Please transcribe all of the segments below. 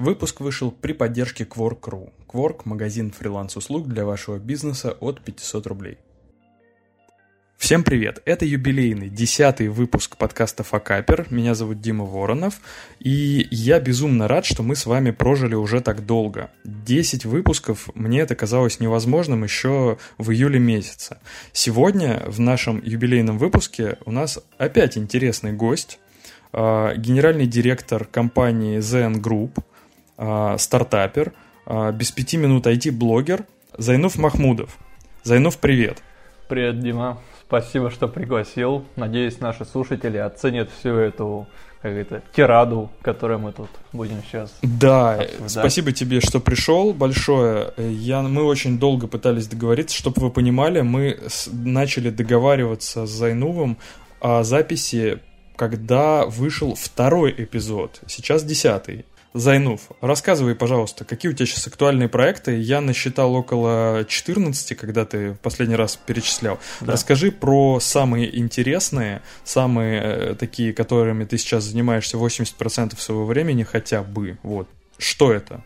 Выпуск вышел при поддержке Quark.ru. Quark – магазин фриланс-услуг для вашего бизнеса от 500 рублей. Всем привет! Это юбилейный 10-й выпуск подкаста «Факапер». Меня зовут Дима Воронов, и я безумно рад, что мы с вами прожили уже так долго. 10 выпусков, мне это казалось невозможным еще в июле месяце. Сегодня в нашем юбилейном выпуске у нас опять интересный гость, генеральный директор компании ZN Group, стартапер, без 5 минут IT-блогер Зайнуф Махмудов. Зайнуф, привет! Привет, Дима. Спасибо, что пригласил. Надеюсь, наши слушатели оценят всю эту тираду, которую мы тут будем сейчас. Да, спасибо тебе, что пришел большое. Мы очень долго пытались договориться, чтобы вы понимали, мы начали договариваться с Зайнувом о записи, когда вышел второй эпизод, сейчас 10-й. Зайнув, рассказывай, пожалуйста, какие у тебя сейчас актуальные проекты? Я насчитал около 14, когда ты в последний раз перечислял. Да. Расскажи про самые интересные, самые такие, которыми ты сейчас занимаешься 80% своего времени хотя бы. Вот. Что это?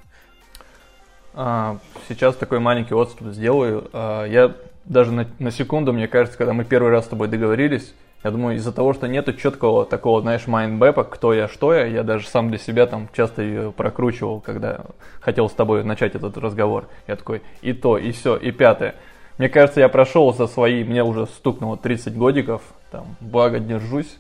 Сейчас такой маленький отступ сделаю. Я даже на секунду, мне кажется, когда мы первый раз с тобой договорились, я думаю, из-за того, что нету четкого такого, знаешь, майндмэпа, кто я, что я даже сам для себя там часто ее прокручивал, когда хотел с тобой начать этот разговор. Я такой, и то, и все, и пятое. Мне кажется, я прошел за свои, мне уже стукнуло 30 годиков, там, благо держусь,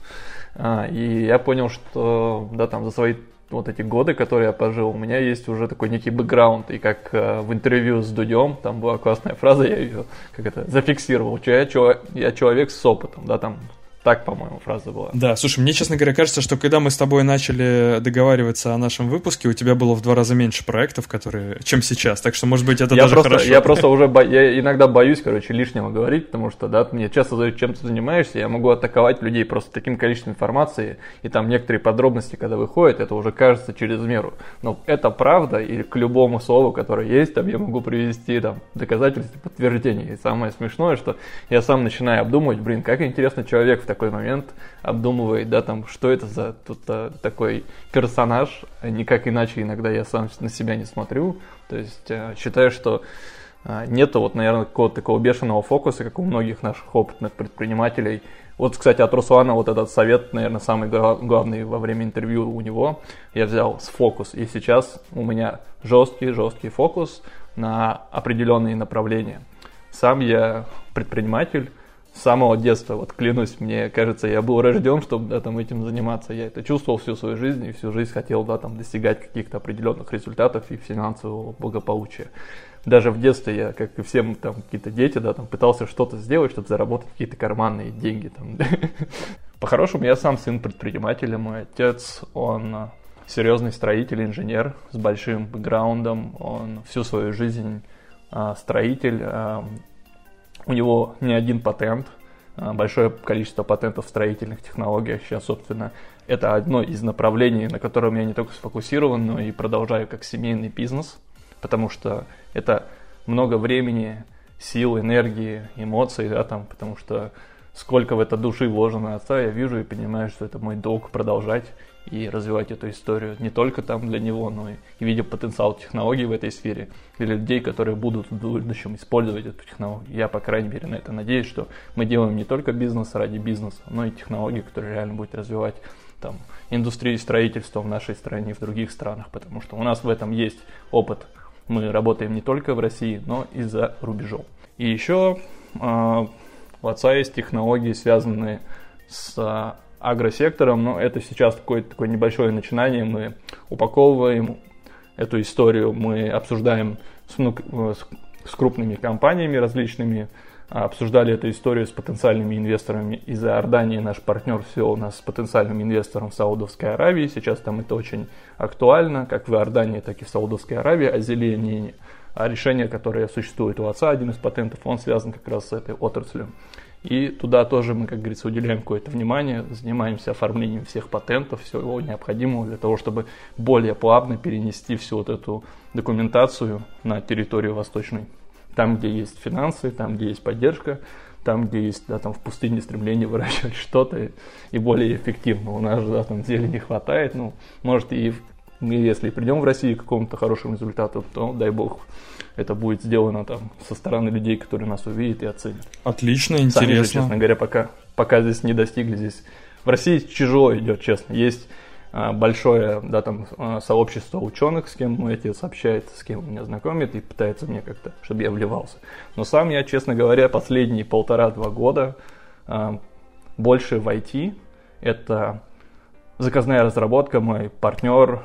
и я понял, что, да, там, за свои вот эти годы, которые я пожил, у меня есть уже такой некий бэкграунд, и как в интервью с Дудем, там была классная фраза, я ее зафиксировал, что я человек с опытом, да, там, так, по-моему, фраза была. Да, слушай, мне, честно говоря, кажется, что когда мы с тобой начали договариваться о нашем выпуске, у тебя было в 2 раза меньше проектов, чем сейчас, так что, может быть, это даже хорошо. Я просто уже я иногда боюсь, лишнего говорить, потому что, да, мне часто задают, чем ты занимаешься, я могу атаковать людей просто таким количеством информации, и там некоторые подробности, когда выходят, это уже кажется через меру. Но это правда, и к любому слову, которое есть, там я могу привести там доказательства, подтверждения. И самое смешное, что я сам начинаю обдумывать, как интересно человек в такой момент обдумывает, да, там, что это за такой персонаж, никак иначе иногда я сам на себя не смотрю, то есть считаю, что нету, вот, наверное, какого-то такого бешеного фокуса, как у многих наших опытных предпринимателей. Вот, кстати, от Руслана вот этот совет, наверное, самый главный во время интервью у него, я взял с фокус, и сейчас у меня жесткий фокус на определенные направления. Сам я предприниматель, с самого детства, вот клянусь, мне кажется, я был рожден, чтобы, да, там, этим заниматься. Я это чувствовал всю свою жизнь и всю жизнь хотел, да, там, достигать каких-то определенных результатов и финансового благополучия. Даже в детстве я, как и все там какие-то дети, да, там, пытался что-то сделать, чтобы заработать какие-то карманные деньги. Там. По-хорошему, я сам сын предпринимателя. Мой отец, он серьезный строитель, инженер с большим бэкграундом. Он всю свою жизнь строитель. У него не один патент, большое количество патентов в строительных технологиях. Сейчас, собственно, это одно из направлений, на котором я не только сфокусирован, но и продолжаю как семейный бизнес, потому что это много времени, сил, энергии, эмоций, да, там, потому что сколько в это души вложено отца, я вижу и понимаю, что это мой долг продолжать и развивать эту историю не только там для него, но и видя потенциал технологий в этой сфере, для людей, которые будут в будущем использовать эту технологию. Я, по крайней мере, на это надеюсь, что мы делаем не только бизнес ради бизнеса, но и технологии, которые реально будут развивать там, индустрию строительства в нашей стране и в других странах, потому что у нас в этом есть опыт. Мы работаем не только в России, но и за рубежом. И еще у отца есть технологии, связанные с агросектором, но это сейчас такое небольшое начинание. Мы упаковываем эту историю, мы обсуждаем с крупными компаниями различными, обсуждали эту историю с потенциальными инвесторами из Иордании. Наш партнер свел нас с потенциальным инвестором в Саудовской Аравии. Сейчас там это очень актуально, как в Иордании, так и в Саудовской Аравии, озеленение. А решение, которое существует у отца, один из патентов, он связан как раз с этой отраслью. И туда тоже мы, как говорится, уделяем какое-то внимание, занимаемся оформлением всех патентов, всего необходимого для того, чтобы более плавно перенести всю вот эту документацию на территорию восточной. Там, где есть финансы, там, где есть поддержка, там, где есть, да, там в пустыне стремление выращивать что-то и более эффективно. У нас же, да, там зелени не хватает, может и мы если придем в Россию к какому-то хорошему результату, то, дай бог, это будет сделано там со стороны людей, которые нас увидят и оценят. Отлично, интересно. Сами же, честно говоря, пока здесь не достигли. Здесь в России тяжело идет, честно. Есть большое, да, там, сообщество ученых, с кем мой отец общается, с кем меня знакомит и пытается мне как-то, чтобы я вливался. Но сам я, честно говоря, последние 1,5-2 года больше в IT. Это заказная разработка, мой партнер,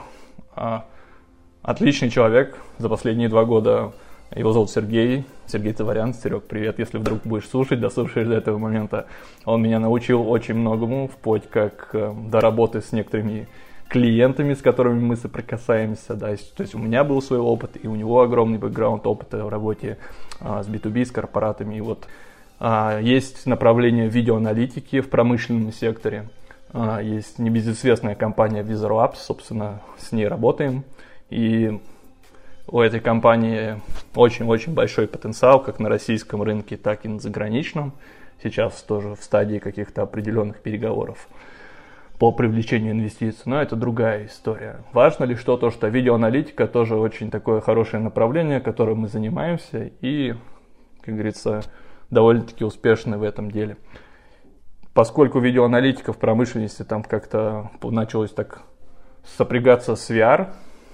отличный человек за последние 2 года. Его зовут Сергей Товарян. Серег, привет, если вдруг будешь слушать, дослушаешь до этого момента. Он меня научил очень многому, вплоть как до работы с некоторыми клиентами, с которыми мы соприкасаемся. Да. То есть у меня был свой опыт, и у него огромный бэкграунд опыта в работе с B2B, с корпоратами. И вот есть направление видеоаналитики в промышленном секторе. Есть небезызвестная компания VisualLabs, собственно, с ней работаем. И у этой компании очень-очень большой потенциал, как на российском рынке, так и на заграничном. Сейчас тоже в стадии каких-то определенных переговоров по привлечению инвестиций, но это другая история. Важно ли что-то, что видеоаналитика тоже очень такое хорошее направление, которым мы занимаемся и, как говорится, довольно-таки успешны в этом деле. Поскольку видеоаналитика в промышленности там как-то началось так сопрягаться с VR,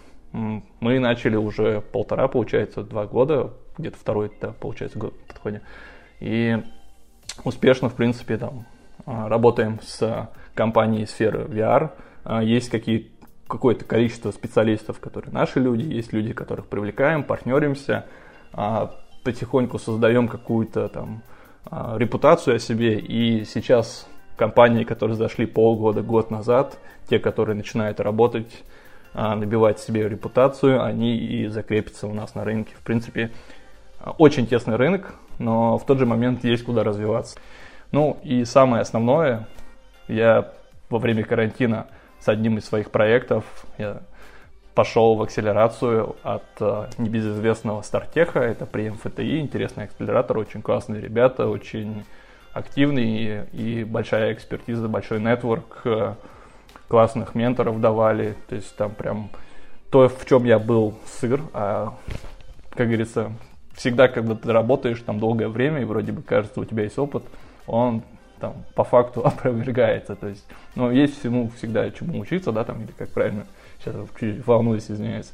мы начали уже 1,5, получается, 2 года, где-то второй, да, получается, год в подходе. И успешно, в принципе, там работаем с компанией сферы VR. Есть какое-то количество специалистов, которые наши люди, есть люди, которых привлекаем, партнеримся, потихоньку создаем какую-то там репутацию о себе. И сейчас компании, которые зашли полгода, год назад, те, которые начинают работать, набивать себе репутацию, они и закрепятся у нас на рынке. В принципе, очень тесный рынок, но в тот же момент есть куда развиваться. Ну и самое основное, я во время карантина с одним из своих проектов я пошел в акселерацию от небезызвестного Стартеха, это при МФТИ, интересный акселератор, очень классные ребята, очень активные и большая экспертиза, большой нетворк, классных менторов давали, то есть там прям то, в чем я был сыр, как говорится, всегда, когда ты работаешь там долгое время и вроде бы кажется, у тебя есть опыт, он там по факту опровергается, то есть, ну, есть всему всегда чему учиться, да, там, или как правильно, сейчас чуть волнуюсь, извиняюсь,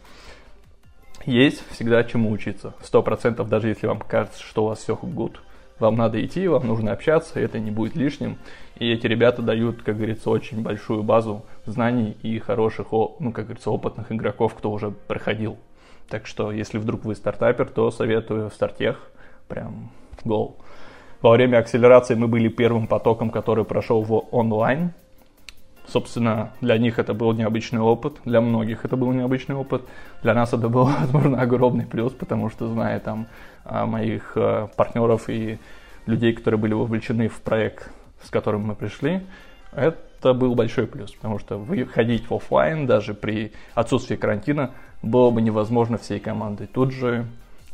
есть всегда чему учиться, 100%, даже если вам кажется, что у вас все good. Вам надо идти, вам нужно общаться, это не будет лишним. И эти ребята дают, как говорится, очень большую базу знаний и хороших, ну, как говорится, опытных игроков, кто уже проходил. Так что, если вдруг вы стартапер, то советую Стартех, прям гол. Во время акселерации мы были первым потоком, который прошел в онлайн. Собственно, для них это был необычный опыт, для многих это был необычный опыт. Для нас это был, возможно, огромный плюс, потому что, зная там моих партнеров и людей, которые были вовлечены в проект, с которым мы пришли, это был большой плюс, потому что выходить в офлайн даже при отсутствии карантина было бы невозможно всей командой. Тут же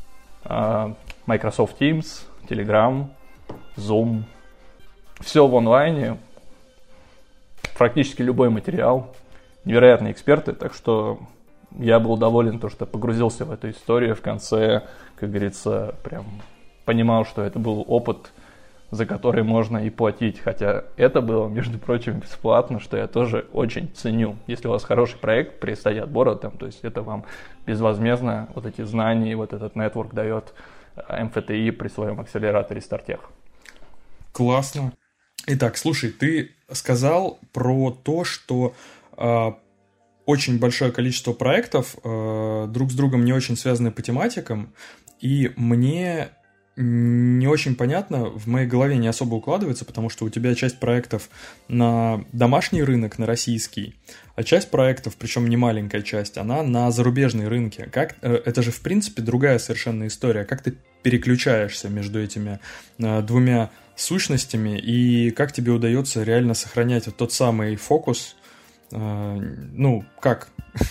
Microsoft Teams, Telegram, Zoom, все в онлайне, практически любой материал, невероятные эксперты, так что я был доволен, то, что погрузился в эту историю, в конце, как говорится, прям понимал, что это был опыт, за который можно и платить, хотя это было, между прочим, бесплатно, что я тоже очень ценю. Если у вас хороший проект при стадии отбора, там, то есть это вам безвозмездно вот эти знания, вот этот нетворк дает МФТИ при своем акселераторе Стартех. Классно. Итак, слушай, ты сказал про то, что очень большое количество проектов друг с другом не очень связаны по тематикам, и мне не очень понятно, в моей голове не особо укладывается, потому что у тебя часть проектов на домашний рынок, на российский, а часть проектов, причем не маленькая часть, она на зарубежные рынки. Это же, в принципе, другая совершенно история. Как ты переключаешься между этими двумя сущностями, и как тебе удается реально сохранять вот тот самый фокус? Ну, как?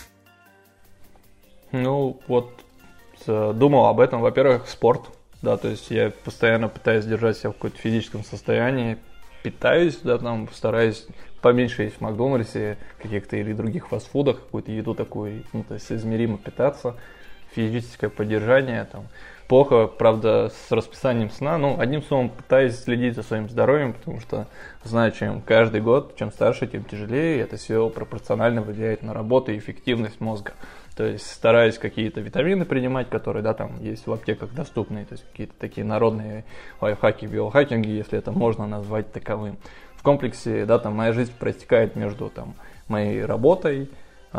Ну, вот думал об этом. Во-первых, спорт. Да, то есть я постоянно пытаюсь держать себя в каком-то физическом состоянии, питаюсь, да, там, стараюсь поменьше есть в Макдональдсе каких-то или других фастфудах, какую-то еду такую, ну, то есть измеримо питаться, физическое поддержание, там. Плохо, правда, с расписанием сна, ну, одним словом, пытаюсь следить за своим здоровьем, потому что знаю, чем каждый год, чем старше, тем тяжелее, и это все пропорционально влияет на работу и эффективность мозга. То есть стараюсь какие-то витамины принимать, которые, да, там есть в аптеках доступные, то есть какие-то такие народные лайфхаки, биохакинги, если это можно назвать таковым. В комплексе, да, там моя жизнь протекает между там моей работой,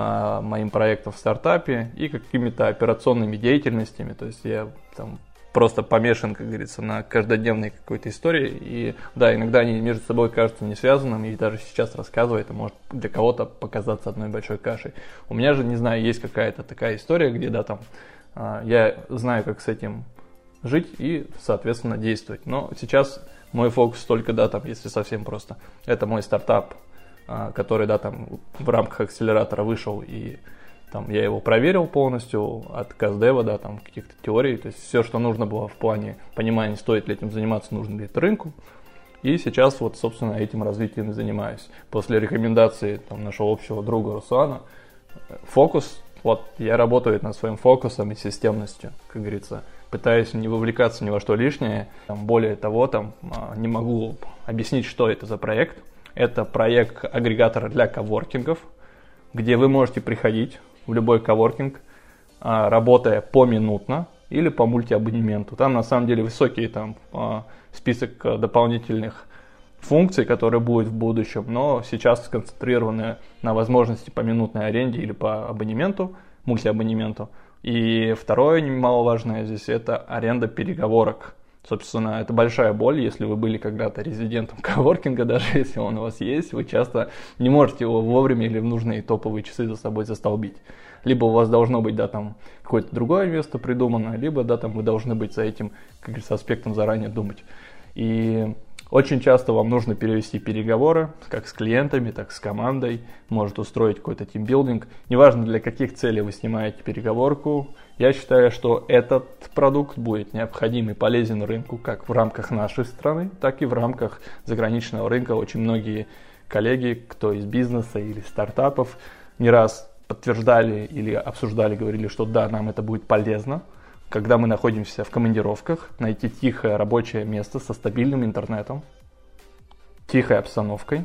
моим проектом в стартапе и какими-то операционными деятельностями. То есть я там просто помешан, как говорится, на каждодневной какой-то истории. И да, иногда они между собой кажутся не связанными, и даже сейчас рассказывая, это может для кого-то показаться одной большой кашей. У меня же, не знаю, есть какая-то такая история, где, да, там я знаю, как с этим жить и, соответственно, действовать. Но сейчас мой фокус только, да, там, если совсем просто, это мой стартап, который, да, там в рамках акселератора вышел, и там я его проверил полностью от Каздева, да, там каких-то теорий, то есть все, что нужно было в плане понимания, стоит ли этим заниматься, нужно ли это рынку. И сейчас вот, собственно, этим развитием и занимаюсь. После рекомендации там нашего общего друга Руслана, фокус, вот я работаю над своим фокусом и системностью, как говорится, пытаюсь не вовлекаться ни во что лишнее. Там, более того, там не могу объяснить, что это за проект. Это проект агрегатора для коворкингов, где вы можете приходить в любой коворкинг, работая поминутно или по мультиабонементу. Там на самом деле высокий там, список дополнительных функций, которые будут в будущем, но сейчас сконцентрированы на возможности по минутной аренде или по абонементу, мультиабонементу. И второе немаловажное здесь это аренда переговорок. Собственно, это большая боль, если вы были когда-то резидентом коворкинга, даже если он у вас есть, вы часто не можете его вовремя или в нужные топовые часы за собой застолбить. Либо у вас должно быть, да, там какое-то другое место придумано, либо, да, там вы должны быть за этим, как говорится, аспектом заранее думать. И очень часто вам нужно перевести переговоры, как с клиентами, так и с командой, может устроить какой-то тимбилдинг. Неважно, для каких целей вы снимаете переговорку, я считаю, что этот продукт будет необходим и полезен рынку как в рамках нашей страны, так и в рамках заграничного рынка. Очень многие коллеги, кто из бизнеса или стартапов, не раз подтверждали или обсуждали, говорили, что да, нам это будет полезно, когда мы находимся в командировках, найти тихое рабочее место со стабильным интернетом, тихой обстановкой,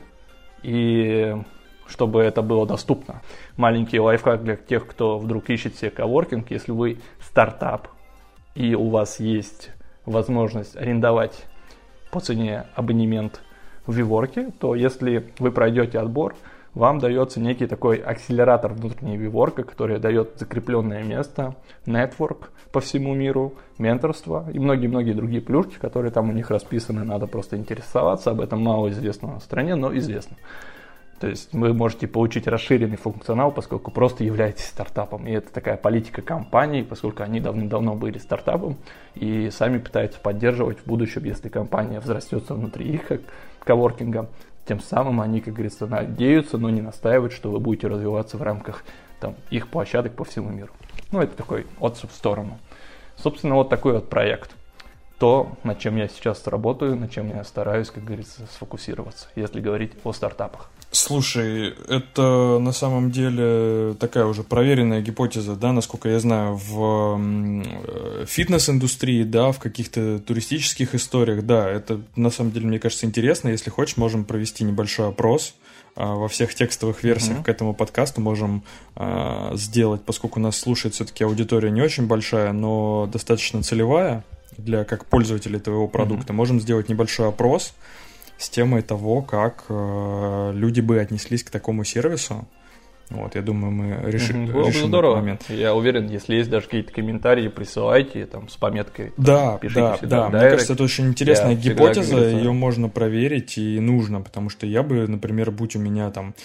и чтобы это было доступно. Маленький лайфхак для тех, кто вдруг ищет себе коворкинг. Если вы стартап и у вас есть возможность арендовать по цене абонемент в WeWork, то если вы пройдете отбор, вам дается некий такой акселератор внутреннего WeWork, который дает закрепленное место, нетворк по всему миру, менторство и многие-многие другие плюшки, которые там у них расписаны. Надо просто интересоваться, об этом мало известно в стране, но известно. То есть вы можете получить расширенный функционал, поскольку просто являетесь стартапом. И это такая политика компании, поскольку они давным-давно были стартапом и сами пытаются поддерживать в будущем, если компания взрастется внутри их как коворкинга. Тем самым они, как говорится, надеются, но не настаивают, что вы будете развиваться в рамках там, их площадок по всему миру. Ну, это такой отступ в сторону. Собственно, вот такой вот проект. То, над чем я сейчас работаю, над чем я стараюсь, как говорится, сфокусироваться, если говорить о стартапах. Слушай, это на самом деле такая уже проверенная гипотеза, да, насколько я знаю, в фитнес-индустрии, да, в каких-то туристических историях, да, это на самом деле, мне кажется, интересно. Если хочешь, можем провести небольшой опрос во всех текстовых версиях к этому подкасту, можем сделать, поскольку нас слушает все-таки аудитория не очень большая, но достаточно целевая для как пользователей твоего продукта, можем сделать небольшой опрос с темой того, как люди бы отнеслись к такому сервису. Вот, я думаю, мы решим этот момент. Я уверен, если есть даже какие-то комментарии, присылайте там с пометкой. Да, да. Мне кажется, это очень интересная гипотеза, ее можно проверить и нужно, потому что я бы, например, будь у меня там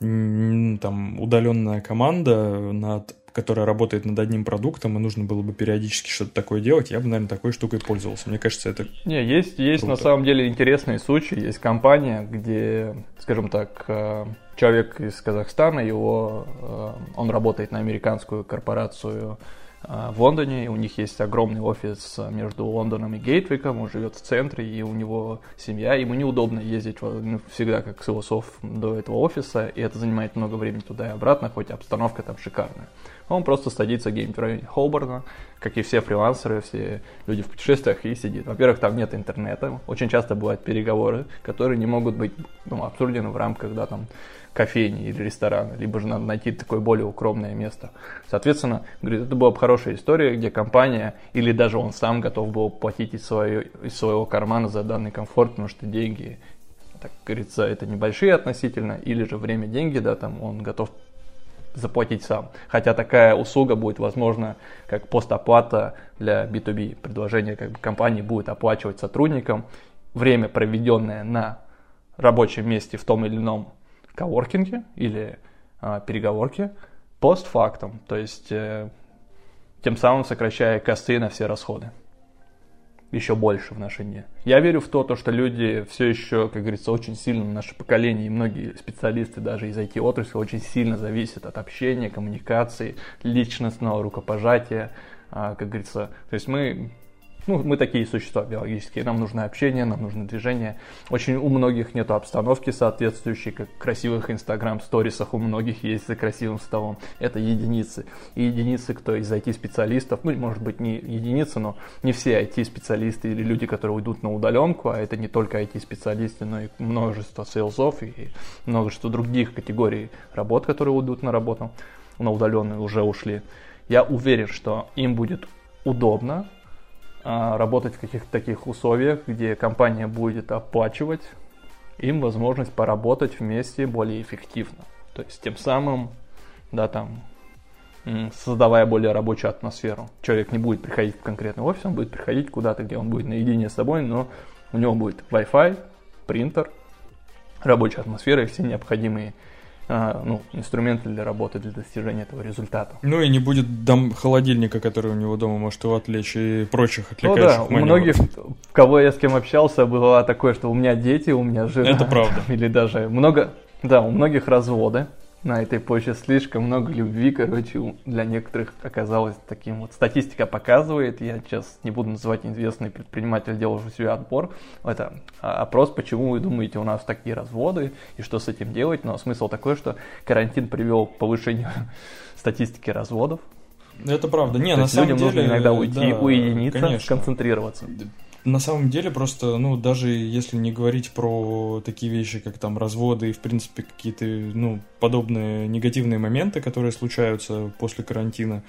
удаленная команда, которая работает над одним продуктом, и нужно было бы периодически что-то такое делать, я бы, наверное, такой штукой пользовался. Мне кажется, это есть на самом деле интересные случаи. Есть компания, где, скажем так, человек из Казахстана, он работает на американскую корпорацию в Лондоне, у них есть огромный офис между Лондоном и Гейтвиком, он живет в центре, и у него семья, ему неудобно ездить всегда как с его до этого офиса, и это занимает много времени туда и обратно, хоть обстановка там шикарная. Он просто садится где-нибудь в районе Холборна, как и все фрилансеры, все люди в путешествиях, и сидит. Во-первых, там нет интернета, очень часто бывают переговоры, которые не могут быть обсуждены в рамках, да, там, кофейни или ресторана, либо же надо найти такое более укромное место. Соответственно, говорит, это была бы хорошая история, где компания или даже он сам готов был платить из своего кармана за данный комфорт, потому что деньги, так говорится, это небольшие относительно, или же время деньги, да, там он готов заплатить сам. Хотя такая услуга будет возможна как постоплата для B2B. Предложение как бы компании будет оплачивать сотрудникам время, проведенное на рабочем месте в том или ином коворкинге или переговорке постфактум, то есть тем самым сокращая косты на все расходы. Еще больше в наши дни. Я верю в то, что люди все еще, как говорится, очень сильно, наше поколение и многие специалисты даже из IT-отрасли очень сильно зависят от общения, коммуникации, личностного рукопожатия, как говорится. То есть мы такие существа биологические, нам нужно общение, нам нужно движение. Очень у многих нет обстановки соответствующей, как в красивых инстаграм-сторисах у многих есть за красивым столом. Это единицы. И единицы, кто из IT-специалистов, может быть не единицы, но не все IT-специалисты или люди, которые уйдут на удаленку, а это не только IT-специалисты, но и множество сейлзов и множество других категорий работ, которые уйдут на работу, на удаленную уже ушли. Я уверен, что им будет удобно работать в каких-то таких условиях, где компания будет оплачивать им возможность поработать вместе более эффективно. То есть тем самым, да, там, создавая более рабочую атмосферу. Человек не будет приходить в конкретный офис, он будет приходить куда-то, где он будет наедине с собой, но у него будет Wi-Fi, принтер, рабочая атмосфера и все необходимые инструменты для работы, для достижения этого результата. Ну и не будет холодильника, который у него дома может его отвлечь, и прочих отвлекающих маневров. У многих, кого я с кем общался, было такое, что у меня дети, у меня жена. Это правда. Или даже у многих разводы. На этой почве слишком много любви, для некоторых оказалось таким вот. Статистика показывает, я сейчас не буду называть известный предприниматель, делал у себя отбор. Это опрос, почему вы думаете, у нас такие разводы и что с этим делать. Но смысл такой, что карантин привел к повышению статистики разводов. Это правда. На самом людям деле, нужно иногда уйти, уединиться, конечно. Сконцентрироваться. На самом деле просто, даже если не говорить про такие вещи, как там разводы и, в принципе, какие-то, подобные негативные моменты, которые случаются после карантина,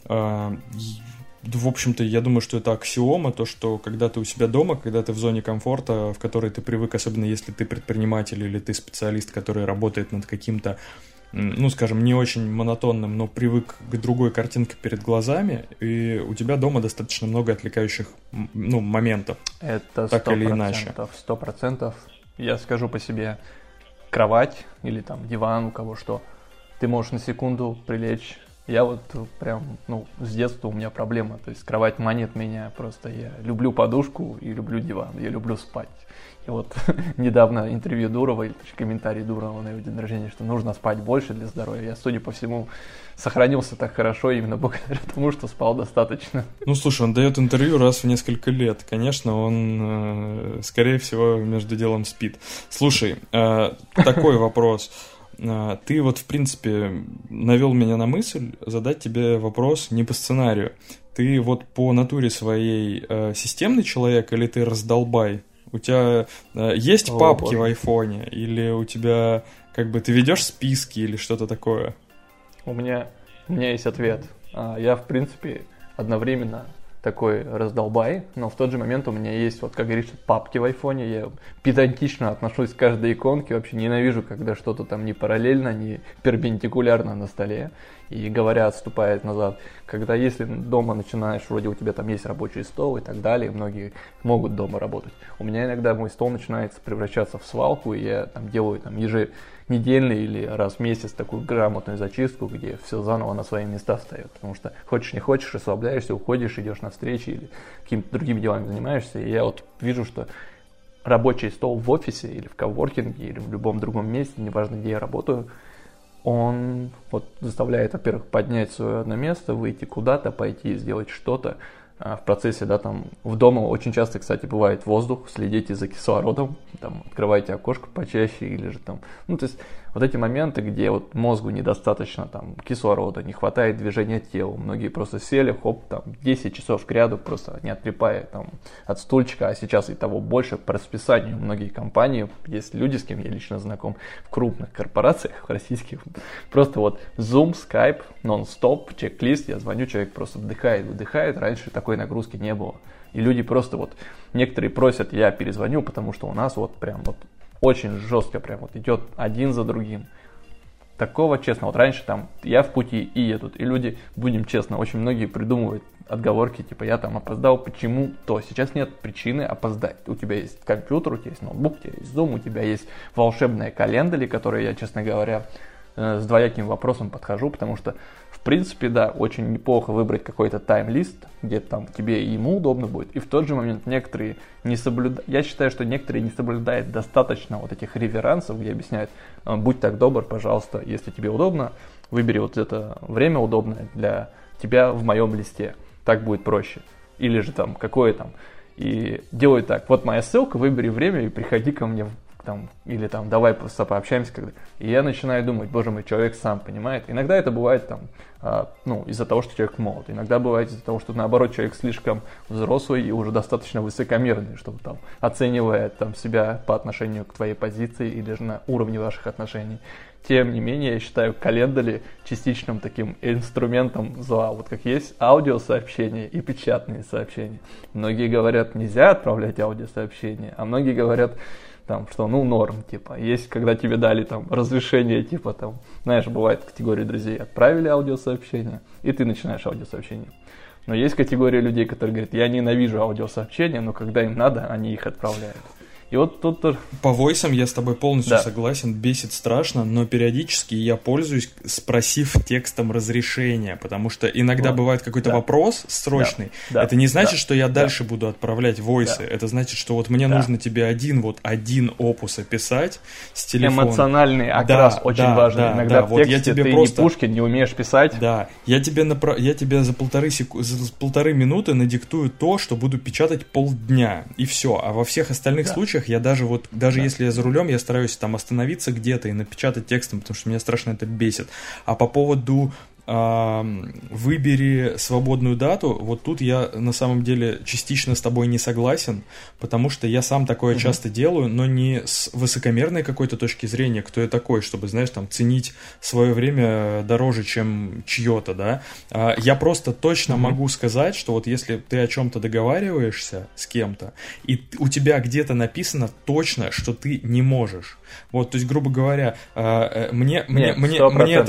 в общем-то, я думаю, что это аксиома, то, что когда ты у себя дома, когда ты в зоне комфорта, в которой ты привык, особенно если ты предприниматель или ты специалист, который работает над каким-то, скажем, не очень монотонным, но привык к другой картинке перед глазами, и у тебя дома достаточно много отвлекающих, моментов. Это так или иначе. 100%. Я скажу по себе, кровать или там диван, у кого что, ты можешь на секунду прилечь. Я вот прям, с детства у меня проблема, то есть кровать манит меня, просто я люблю подушку и люблю диван, я люблю спать. И вот недавно интервью Дурова, или комментарий Дурова на его день рождения, что нужно спать больше для здоровья. Я, судя по всему, сохранился так хорошо именно благодаря тому, что спал достаточно. Слушай, он дает интервью раз в несколько лет. Конечно, он, скорее всего, между делом спит. Слушай, такой вопрос. Ты вот, в принципе, навел меня на мысль задать тебе вопрос не по сценарию. Ты вот по натуре своей системный человек или ты раздолбай? У тебя есть папки в айфоне? Или у тебя, ты ведешь списки или что-то такое? У меня есть ответ. Я, в принципе, одновременно такой раздолбай, но в тот же момент у меня есть, как говоришь, папки в айфоне. Я педантично отношусь к каждой иконке, вообще ненавижу, когда что-то там не параллельно, не перпендикулярно на столе. И говоря, отступает назад, если дома начинаешь, вроде у тебя там есть рабочий стол и так далее, многие могут дома работать. У меня иногда мой стол начинается превращаться в свалку, и я там делаю еженедельный или раз в месяц такую грамотную зачистку, где все заново на свои места встает. Потому что хочешь не хочешь, расслабляешься, уходишь, идешь на встречи или какими-то другими делами занимаешься. И я вижу, что рабочий стол в офисе или в коворкинге или в любом другом месте, неважно где я работаю, он вот заставляет, во-первых, поднять свое одно место, выйти куда-то, пойти сделать что-то. В процессе, да, там, в дома очень часто, кстати, бывает воздух, следите за кислородом, там, открывайте окошко почаще или же там, ну, то есть вот эти моменты, где вот мозгу недостаточно там кислорода, не хватает движения тела, многие просто сели, хоп, там, 10 часов кряду просто не отлипая там от стульчика, а сейчас и того больше по расписанию многие компании, есть люди, с кем я лично знаком, в крупных корпорациях, в российских, просто вот Zoom, Skype, нон-стоп, чек-лист, я звоню, человек просто вдыхает, выдыхает, раньше такой нагрузки не было. И люди просто вот, некоторые просят, я перезвоню, потому что у нас вот прям вот очень жестко прям вот идет один за другим. Такого, честно, вот раньше там я в пути и едут, и люди, будем честно, очень многие придумывают отговорки, типа я там опоздал, почему то. Сейчас нет причины опоздать. У тебя есть компьютер, у тебя есть ноутбук, у тебя есть Zoom, у тебя есть волшебные календари, которые я, честно говоря, с двояким вопросом подхожу, потому что, в принципе, да, очень неплохо выбрать какой-то тайм-лист, где там тебе и ему удобно будет, и в тот же момент некоторые не соблюдают, я считаю, что некоторые не соблюдают достаточно вот этих реверансов, где объясняют, будь так добр, пожалуйста, если тебе удобно, выбери вот это время удобное для тебя в моем листе, так будет проще, или же там, какое там, и делай так, вот моя ссылка, выбери время и приходи ко мне там, или там, давай просто пообщаемся, когда. И я начинаю думать, боже мой, человек сам понимает. Иногда это бывает там, из-за того, что человек молод. Иногда бывает из-за того, что наоборот человек слишком взрослый и уже достаточно высокомерный, чтобы там, оценивая там себя по отношению к твоей позиции или же на уровне ваших отношений. Тем не менее, я считаю календари частичным таким инструментом зла. Вот как есть аудиосообщения и печатные сообщения. Многие говорят, нельзя отправлять аудиосообщения, а многие говорят, там, что, норм, типа, есть, когда тебе дали, там, разрешение, типа, там, знаешь, бывает категория друзей, отправили аудиосообщение, и ты начинаешь аудиосообщение. Но есть категория людей, которые говорят, я ненавижу аудиосообщения, но когда им надо, они их отправляют. И вот тут тоже... По войсам я с тобой полностью согласен, бесит страшно, но периодически я пользуюсь, спросив текстом разрешения, потому что иногда бывает какой-то вопрос срочный. Это не значит, что я дальше буду отправлять войсы, это значит, что вот мне нужно тебе один опус описать с телефона. Эмоциональный окрас очень важный. Иногда в тексте я тебе ты просто... не Пушкин, не умеешь писать. Да, я тебе за полторы минуты надиктую то, что буду печатать полдня, и все. А во всех остальных случаях я даже если я за рулем, я стараюсь там остановиться где-то и напечатать текстом, потому что меня страшно это бесит. А по поводу выбери свободную дату, вот тут я на самом деле частично с тобой не согласен, потому что я сам такое часто делаю, но не с высокомерной какой-то точки зрения, кто я такой, чтобы, знаешь, там, ценить свое время дороже, чем чье-то, да. Я просто точно могу сказать, что вот если ты о чем-то договариваешься с кем-то, и у тебя где-то написано точно, что ты не можешь. Вот, то есть, грубо говоря, мне эта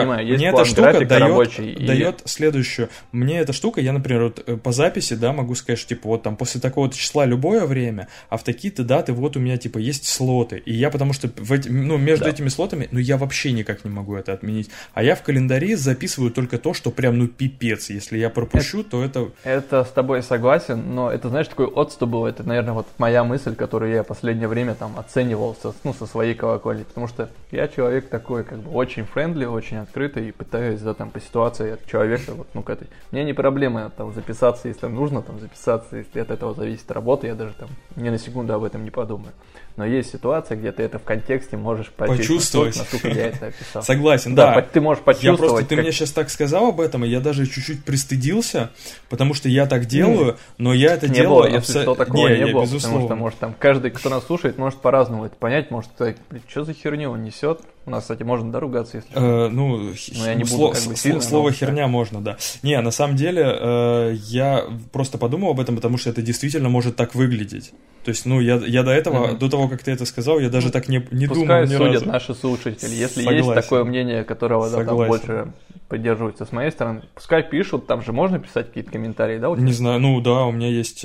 штука дает следующую. Мне эта штука, я, например, вот по записи, да, могу сказать, что, типа, вот там после такого-то числа любое время, а в такие-то даты вот у меня, типа, есть слоты. И я, потому что между этими слотами, я вообще никак не могу это отменить. А я в календаре записываю только то, что прям, пипец. Если я пропущу, то это... Это с тобой согласен, но это, знаешь, такой отступ был. Это, наверное, вот моя мысль, которую я в последнее время там оценивал со своей колокольни. Потому что я человек такой, как бы, очень френдли, очень открытый, и пытаюсь, да, там, по ситуации от человека, вот, к этой. Мне не проблема там записаться, если нужно там записаться, если от этого зависит работа, я даже там ни на секунду об этом не подумаю. Но есть ситуация, где ты это в контексте можешь почувствовать, насколько я это описал. Согласен, да. Ты можешь почувствовать. Ты мне сейчас так сказал об этом, и я даже чуть-чуть пристыдился, потому что я так делаю, но я это делаю... Если что, такого не было, потому что, может, там, каждый, кто нас слушает, может по-разному это понять, может сказать, что за херню он несет. У нас, кстати, можно доругаться, если что. Я не буду сильно. Слово херня можно, да. Не, на самом деле, я просто подумал об этом, потому что это действительно может так выглядеть. То есть, я до этого, до того, как ты это сказал, я даже так не думал ни разу. Пускай судят наши слушатели. Если есть такое мнение, которого там больше поддерживается с моей стороны, пускай пишут, там же можно писать какие-то комментарии, да? Не знаю, у меня есть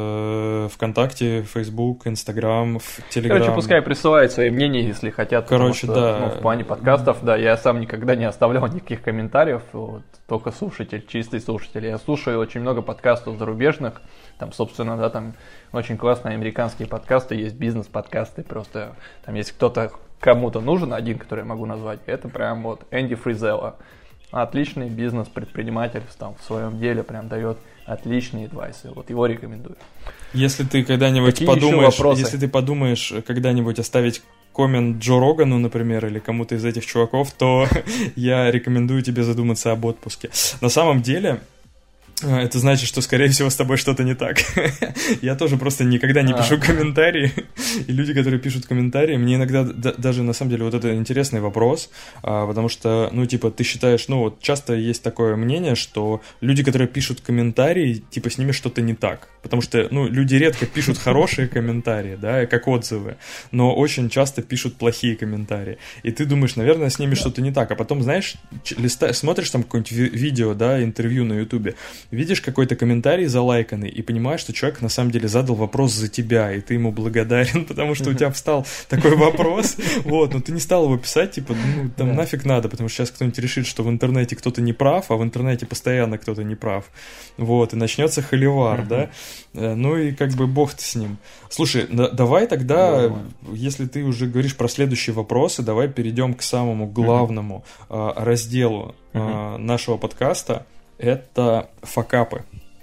ВКонтакте, Facebook, Instagram, Telegram. Короче, пускай присылают свои мнения, если хотят. Короче, да. В плане подкастов, да, я сам никогда не оставлял никаких комментариев, только слушатель, чистый слушатель. Я слушаю очень много подкастов зарубежных, там, собственно, да, там очень классные американские подкасты, есть бизнес-подкасты, просто там есть кто-то кому-то нужен, один, который я могу назвать, это прям вот Энди Фризелла. Отличный бизнес-предприниматель там, в своем деле, прям дает отличные адвайсы. Вот его рекомендую. Если ты когда-нибудь подумаешь когда-нибудь оставить коммент Джо Рогану, например, или кому-то из этих чуваков, то я рекомендую тебе задуматься об отпуске. На самом деле, это значит, что, скорее всего, с тобой что-то не так. Я тоже просто никогда не пишу комментарии. И люди, которые пишут комментарии, мне иногда даже, на самом деле, вот это интересный вопрос, потому что, ну, типа, ты считаешь, ну, вот часто есть такое мнение, что люди, которые пишут комментарии, типа, с ними что-то не так. Потому что, ну, люди редко пишут хорошие комментарии, да, как отзывы, но очень часто пишут плохие комментарии. И ты думаешь, наверное, с ними что-то не так. А потом, знаешь, смотришь там какое-нибудь видео, да, интервью на Ютубе, видишь какой-то комментарий залайканный и понимаешь, что человек на самом деле задал вопрос за тебя, и ты ему благодарен, потому что у тебя встал такой вопрос, вот, но ты не стал его писать, типа, ну, там нафиг надо, потому что сейчас кто-нибудь решит, что в интернете кто-то не прав, а в интернете постоянно кто-то не прав, вот, и начнется холивар, да, ну и как бы бог ты с ним. Слушай, давай тогда, если ты уже говоришь про следующие вопросы, давай перейдем к самому главному разделу нашего подкаста. Это факапы.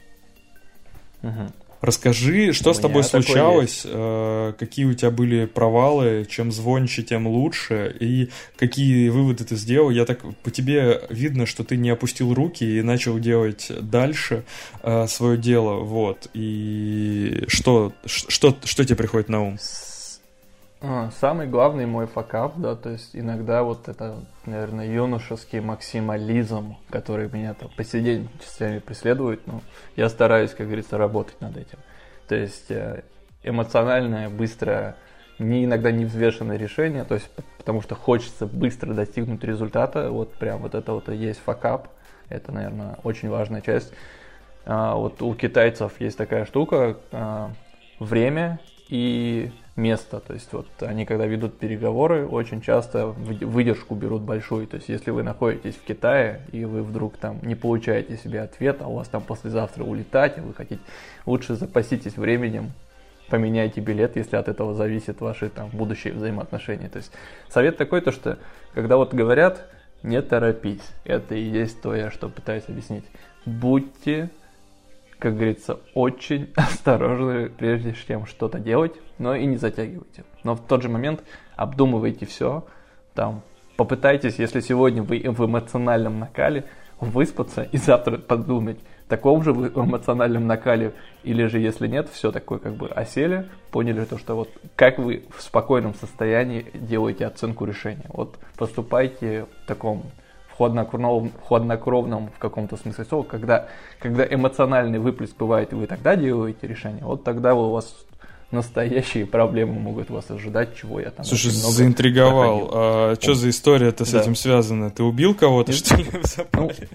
Расскажи, что с тобой случалось, какие у тебя были провалы, чем звонче, тем лучше, и какие выводы ты сделал. Я так по тебе видно, что ты не опустил руки и начал делать дальше свое дело, вот. И что тебе приходит на ум? Самый главный мой факап, да, то есть иногда вот это, наверное, юношеский максимализм, который меня там по сей день частями преследует, но я стараюсь, как говорится, работать над этим. То есть эмоциональное, быстрое, иногда невзвешенное решение, то есть потому что хочется быстро достигнуть результата, вот прям вот это вот и есть факап, это, наверное, очень важная часть. Вот у китайцев есть такая штука, время и место, то есть вот они когда ведут переговоры, очень часто выдержку берут большую, то есть если вы находитесь в Китае и вы вдруг там не получаете себе ответ, а у вас там послезавтра улетать, а вы хотите, лучше запаситесь временем, поменяйте билет, если от этого зависит ваши там будущие взаимоотношения. То есть совет такой, то что когда вот говорят, не торопись, это и есть то, я что пытаюсь объяснить. Будьте, как говорится, очень осторожны, прежде чем что-то делать, но и не затягивайте. Но в тот же момент обдумывайте все, там, попытайтесь, если сегодня вы в эмоциональном накале, выспаться и завтра подумать, таком же вы в эмоциональном накале, или же если нет, все такое как бы осели, поняли то, что вот как вы в спокойном состоянии делаете оценку решения. Вот поступайте в таком хладнокровном в каком-то смысле слова, когда эмоциональный выплеск бывает, и вы тогда делаете решение, вот тогда у вас настоящие проблемы могут вас ожидать, чего я там... Слушай, заинтриговал. А что за история-то с этим связана? Ты убил кого-то, что ли, в запале?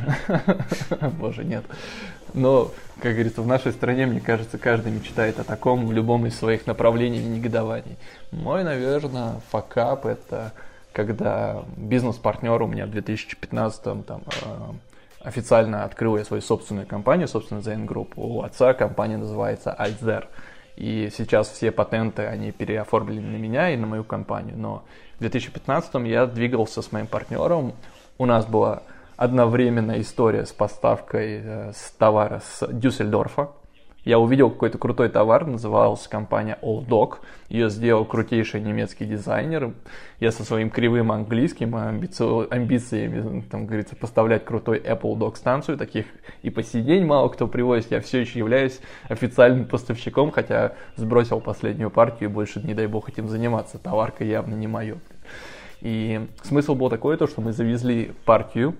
Боже, нет. Но, как говорится, в нашей стране, мне кажется, каждый мечтает о таком в любом из своих направлений и негодований. Мой, наверное, факап — это когда бизнес-партнер у меня в 2015-м там, официально открыл я свою собственную компанию, собственно, Zain Group. У отца компания называется Altzer. И сейчас все патенты, они переоформлены на меня и на мою компанию. Но в 2015-м я двигался с моим партнером. У нас была одновременная история с поставкой товара с Дюссельдорфа. Я увидел какой-то крутой товар, называлась компания All Dog. Ее сделал крутейший немецкий дизайнер. Я со своим кривым английским амбициями, там, говорится, поставлять крутой Apple Dog станцию. Таких и по сей день мало кто привозит. Я все еще являюсь официальным поставщиком, хотя сбросил последнюю партию и больше, не дай бог, этим заниматься. Товарка явно не моё. И смысл был такой, то, что мы завезли партию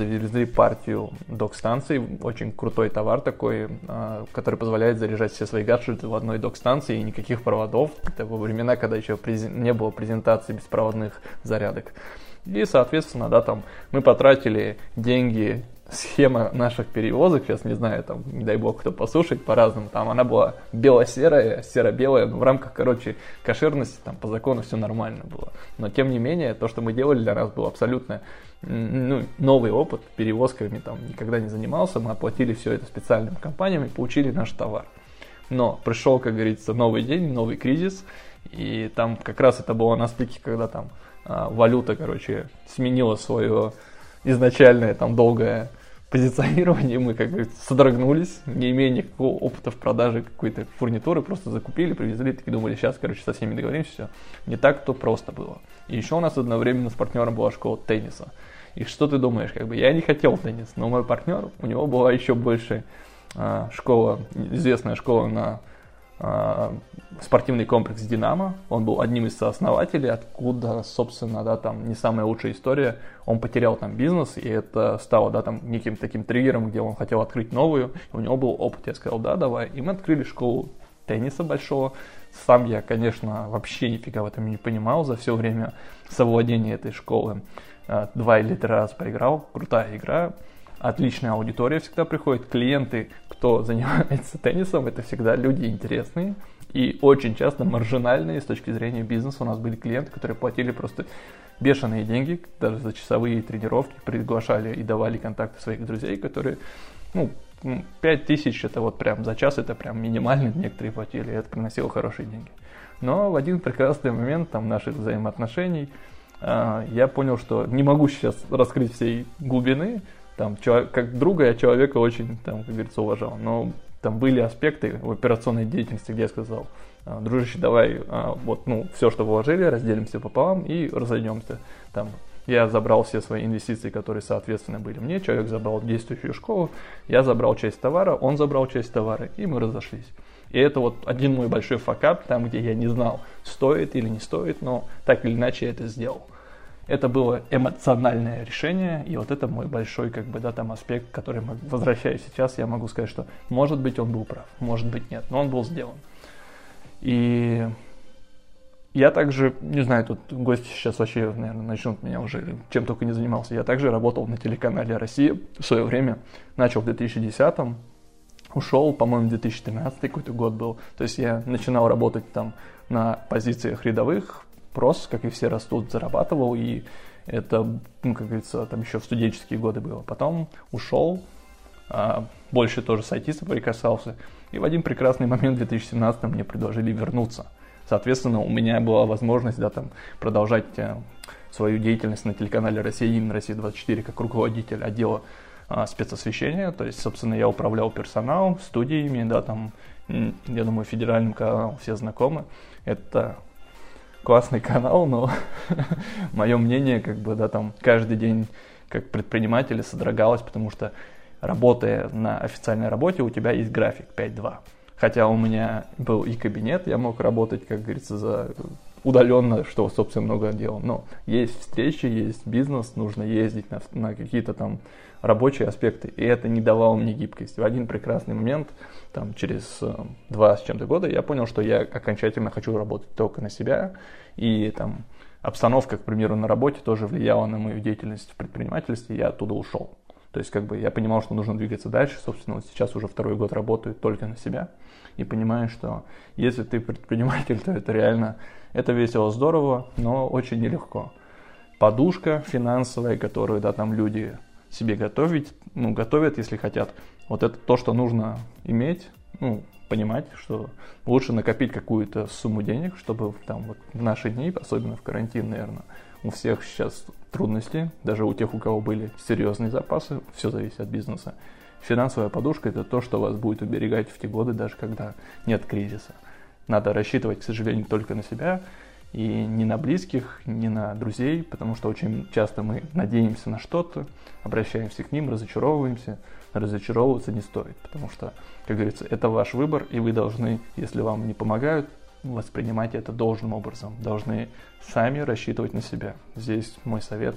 док-станций, очень крутой товар такой, который позволяет заряжать все свои гаджеты в одной док-станции и никаких проводов. Это во времена, когда еще не было презентации беспроводных зарядок. И, соответственно, да, там мы потратили деньги, схема наших перевозок, сейчас не знаю, там, не дай бог, кто послушает по-разному, там она была бело-серая, серо-белая, в рамках, кошерности, там, по закону все нормально было. Но, тем не менее, то, что мы делали, для нас был абсолютно новый опыт, перевозками там никогда не занимался, мы оплатили все это специальным компаниям и получили наш товар. Но пришел, как говорится, новый день, новый кризис, и там как раз это было на стыке, когда там валюта, сменила свое изначальное там долгое позиционирование, мы, как говорится, содрогнулись, не имея никакого опыта в продаже какой-то фурнитуры, просто закупили, привезли, такие думали, сейчас, со всеми договоримся, все. Не так-то просто было. И еще у нас одновременно с партнером была школа тенниса. И что ты думаешь, я не хотел теннис, но мой партнер, у него была еще больше школа, известная школа на спортивный комплекс «Динамо». Он был одним из сооснователей, откуда, собственно, там не самая лучшая история. Он потерял там бизнес, и это стало, там неким таким триггером, где он хотел открыть новую. У него был опыт, я сказал, давай. И мы открыли школу тенниса большого. Сам я, конечно, вообще нифига в этом не понимал за все время совладения этой школы. 2 или 3 раза поиграл, крутая игра. Отличная аудитория всегда приходит. Клиенты, кто занимается теннисом, это всегда люди интересные и очень часто маржинальные с точки зрения бизнеса. У нас были клиенты, которые платили просто бешеные деньги, даже за часовые тренировки, приглашали и давали контакты своих друзей, которые, 5000 это прям за час, это прям минимально, некоторые платили, и это приносило хорошие деньги. Но в один прекрасный момент наших взаимоотношений я понял, что не могу сейчас раскрыть всей глубины. Как друга я человека очень, как говорится, уважал. Но там были аспекты в операционной деятельности, где я сказал, дружище, давай все, что вложили, разделимся пополам и разойдемся. Я забрал все свои инвестиции, которые, соответственно, были мне. Человек забрал действующую школу, я забрал часть товара, он забрал часть товара, и мы разошлись. И это один мой большой факап, там, где я не знал, стоит или не стоит, но так или иначе я это сделал. Это было эмоциональное решение, и это мой большой, аспект, который, возвращаясь сейчас, я могу сказать, что, может быть, он был прав, может быть, нет, но он был сделан. И я также, не знаю, тут гости сейчас вообще, наверное, начнут меня уже, чем только не занимался, я также работал на телеканале «Россия» в свое время, начал в 2010-м, ушел, по-моему, 2013 какой-то год был, то есть я начинал работать там на позициях рядовых, просто, как и все растут, зарабатывал, и это, как говорится, там еще в студенческие годы было. Потом ушел, больше тоже с IT соприкасался, и в один прекрасный момент в 2017 мне предложили вернуться. Соответственно, у меня была возможность, продолжать свою деятельность на телеканале «Россия», именно «Россия-24», как руководитель отдела спецосвещения, то есть, собственно, я управлял персоналом, студиями, я думаю, федеральным каналом все знакомы. Это классный канал, но мое мнение, каждый день как предпринимателя содрогалось, потому что, работая на официальной работе, у тебя есть график 5-2. Хотя у меня был и кабинет, я мог работать, как говорится, удаленно, что, собственно, много делал. Но есть встречи, есть бизнес, нужно ездить на какие-то рабочие аспекты, и это не давало мне гибкости. В один прекрасный момент, через 2 с чем-то года, я понял, что я окончательно хочу работать только на себя, и обстановка, к примеру, на работе тоже влияла на мою деятельность в предпринимательстве, и я оттуда ушел. То есть, я понимал, что нужно двигаться дальше, собственно, сейчас уже 2-й год работаю только на себя, и понимаю, что если ты предприниматель, то это реально, это весело, здорово, но очень нелегко. Подушка финансовая, которую, люди себе готовят, если хотят. Это то, что нужно иметь, понимать, что лучше накопить какую-то сумму денег, чтобы в наши дни, особенно в карантин, наверное, у всех сейчас трудности, даже у тех, у кого были серьезные запасы, все зависит от бизнеса. Финансовая подушка – это то, что вас будет уберегать в те годы, даже когда нет кризиса. Надо рассчитывать, к сожалению, только на себя, и не на близких, не на друзей, потому что очень часто мы надеемся на что-то, обращаемся к ним, разочаровываемся. Разочаровываться не стоит, потому что, как говорится, это ваш выбор, и вы должны, если вам не помогают, воспринимать это должным образом. Должны сами рассчитывать на себя. Здесь мой совет.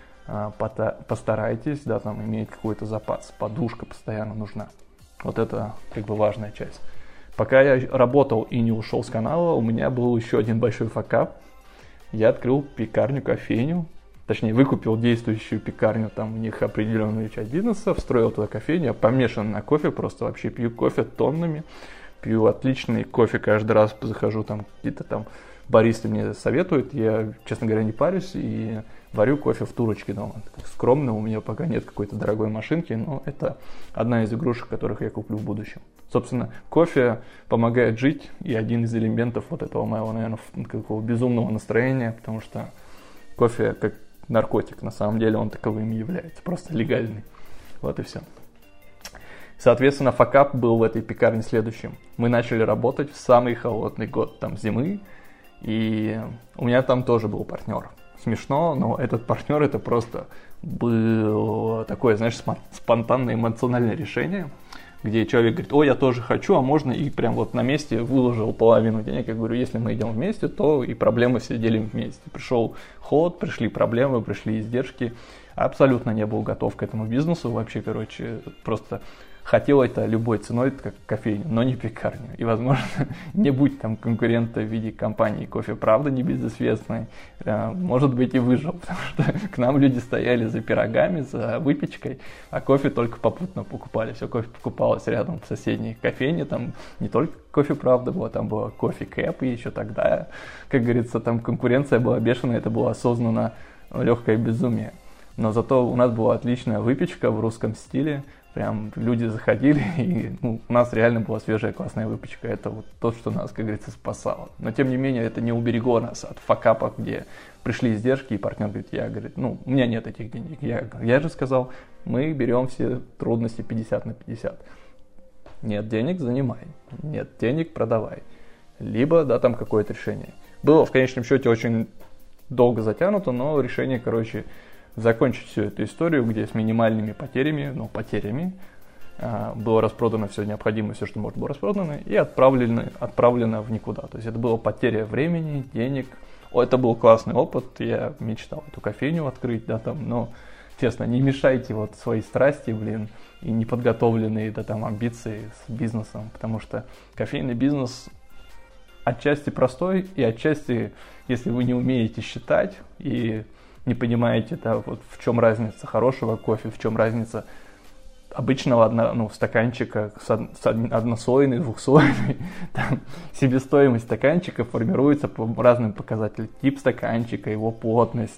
Постарайтесь, иметь какой-то запас. Подушка постоянно нужна. Это важная часть. Пока я работал и не ушел с канала, у меня был еще один большой факап. Я открыл пекарню-кофейню. Точнее, выкупил действующую пекарню, у них определенную часть бизнеса, встроил туда кофейню, я помешан на кофе, просто вообще пью кофе тоннами, пью отличный кофе, каждый раз захожу, какие-то баристы мне советуют, я, честно говоря, не парюсь, и варю кофе в турочке дома. Скромно, у меня пока нет какой-то дорогой машинки, но это одна из игрушек, которых я куплю в будущем. Собственно, кофе помогает жить, и один из элементов вот этого моего, наверное, какого безумного настроения, потому что кофе как наркотик, на самом деле он таковым и является, просто легальный. Вот и все. Соответственно, факап был в этой пекарне следующим. Мы начали работать в самый холодный год там зимы, и у меня там тоже был партнер. Смешно, но этот партнер это просто было такое, знаешь, спонтанное эмоциональное решение, где человек говорит: о, я тоже хочу, а можно, и прям вот на месте выложил половину денег. Я говорю, если мы идем вместе, то и проблемы все делим вместе. Пришел холод, пришли проблемы, пришли издержки. Абсолютно не был готов к этому бизнесу. Вообще, просто хотел это любой ценой, как кофейню, но не пекарню. И, возможно, не будь там конкурента в виде компании «Кофе Правда» небезызвестной, может быть, и выжил, потому что к нам люди стояли за пирогами, за выпечкой, а кофе только попутно покупали. Все кофе покупалось рядом в соседней кофейне, там не только «Кофе Правда» было, там было «Кофе Кэп», и еще тогда, как говорится, там конкуренция была бешеная, это было осознанно легкое безумие. Но зато у нас была отличная выпечка в русском стиле. Прям люди заходили, и у нас реально была свежая классная выпечка. Это вот то, что нас, как говорится, спасало. Но тем не менее, это не уберегло нас от факапа, где пришли издержки, и партнер говорит, у меня нет этих денег. Я же сказал, мы берем все трудности 50 на 50. Нет денег — занимай, нет денег — продавай. Либо, да, там какое-то решение. Было в конечном счете очень долго затянуто, но решение, закончить всю эту историю, где с минимальными потерями, было распродано все необходимое, все, что может было распродано, и отправлено в никуда. То есть это была потеря времени, денег. Это был классный опыт, я мечтал эту кофейню открыть, но, честно, не мешайте свои страсти, и неподготовленные, амбиции с бизнесом, потому что кофейный бизнес отчасти простой, и отчасти, если вы не умеете считать и не понимаете, в чем разница хорошего кофе, в чем разница обычного стаканчика, однослойный, двухслойный, себестоимость стаканчика формируется по разным показателям. Тип стаканчика, его плотность,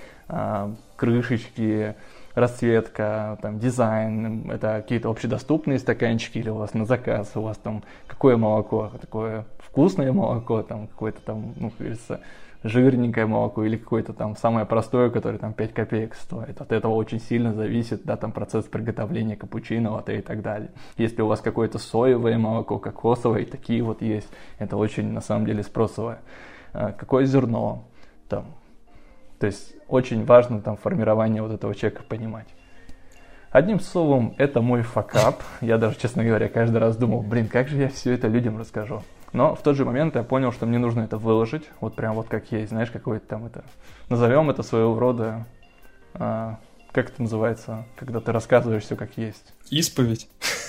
крышечки, расцветка, дизайн, это какие-то общедоступные стаканчики или у вас на заказ, у вас какое молоко, такое вкусное молоко, какое-то как говорится, жирненькое молоко или какое-то самое простое, которое 5 копеек стоит. От этого очень сильно зависит, процесс приготовления капучино, латте и так далее. Если у вас какое-то соевое молоко, кокосовое, такие есть, это очень, на самом деле, спросовое. Какое зерно, то есть очень важно формирование этого человека понимать. Одним словом, это мой факап. Я даже, честно говоря, каждый раз думал, как же я все это людям расскажу. Но в тот же момент я понял, что мне нужно это выложить, прям как есть, знаешь, какое-то назовем это своего рода, как это называется, когда ты рассказываешь все как есть. Исповедь.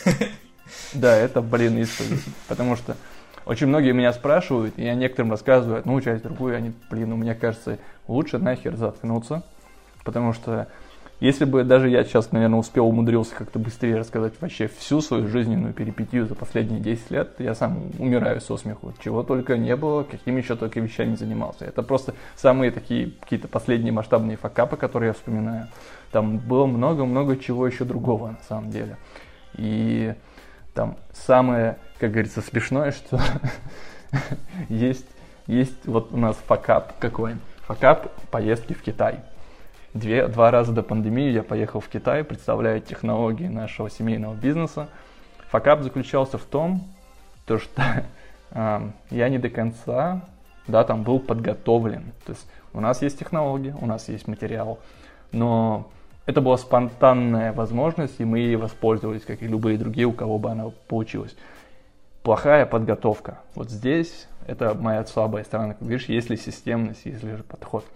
Да, это, исповедь, потому что очень многие меня спрашивают, и я некоторым рассказываю одну часть, другую, они, мне кажется, лучше нахер заткнуться, потому что если бы даже я сейчас, наверное, умудрился как-то быстрее рассказать вообще всю свою жизненную перипетию за последние 10 лет, я сам умираю со смеху. Чего только не было, какими еще только вещами занимался. Это просто самые такие какие-то последние масштабные факапы, которые я вспоминаю. Там было много-много чего еще другого на самом деле. И самое, как говорится, смешное, что есть у нас факап какой. Факап поездки в Китай. Два раза до пандемии я поехал в Китай, представляя технологии нашего семейного бизнеса. Факап заключался в том, что я не до конца был подготовлен. То есть у нас есть технологии, у нас есть материал, но это была спонтанная возможность, и мы ей воспользовались, как и любые другие, у кого бы она получилась. Плохая подготовка. Здесь это моя слабая сторона. Как видишь, есть ли системность, есть ли же подход.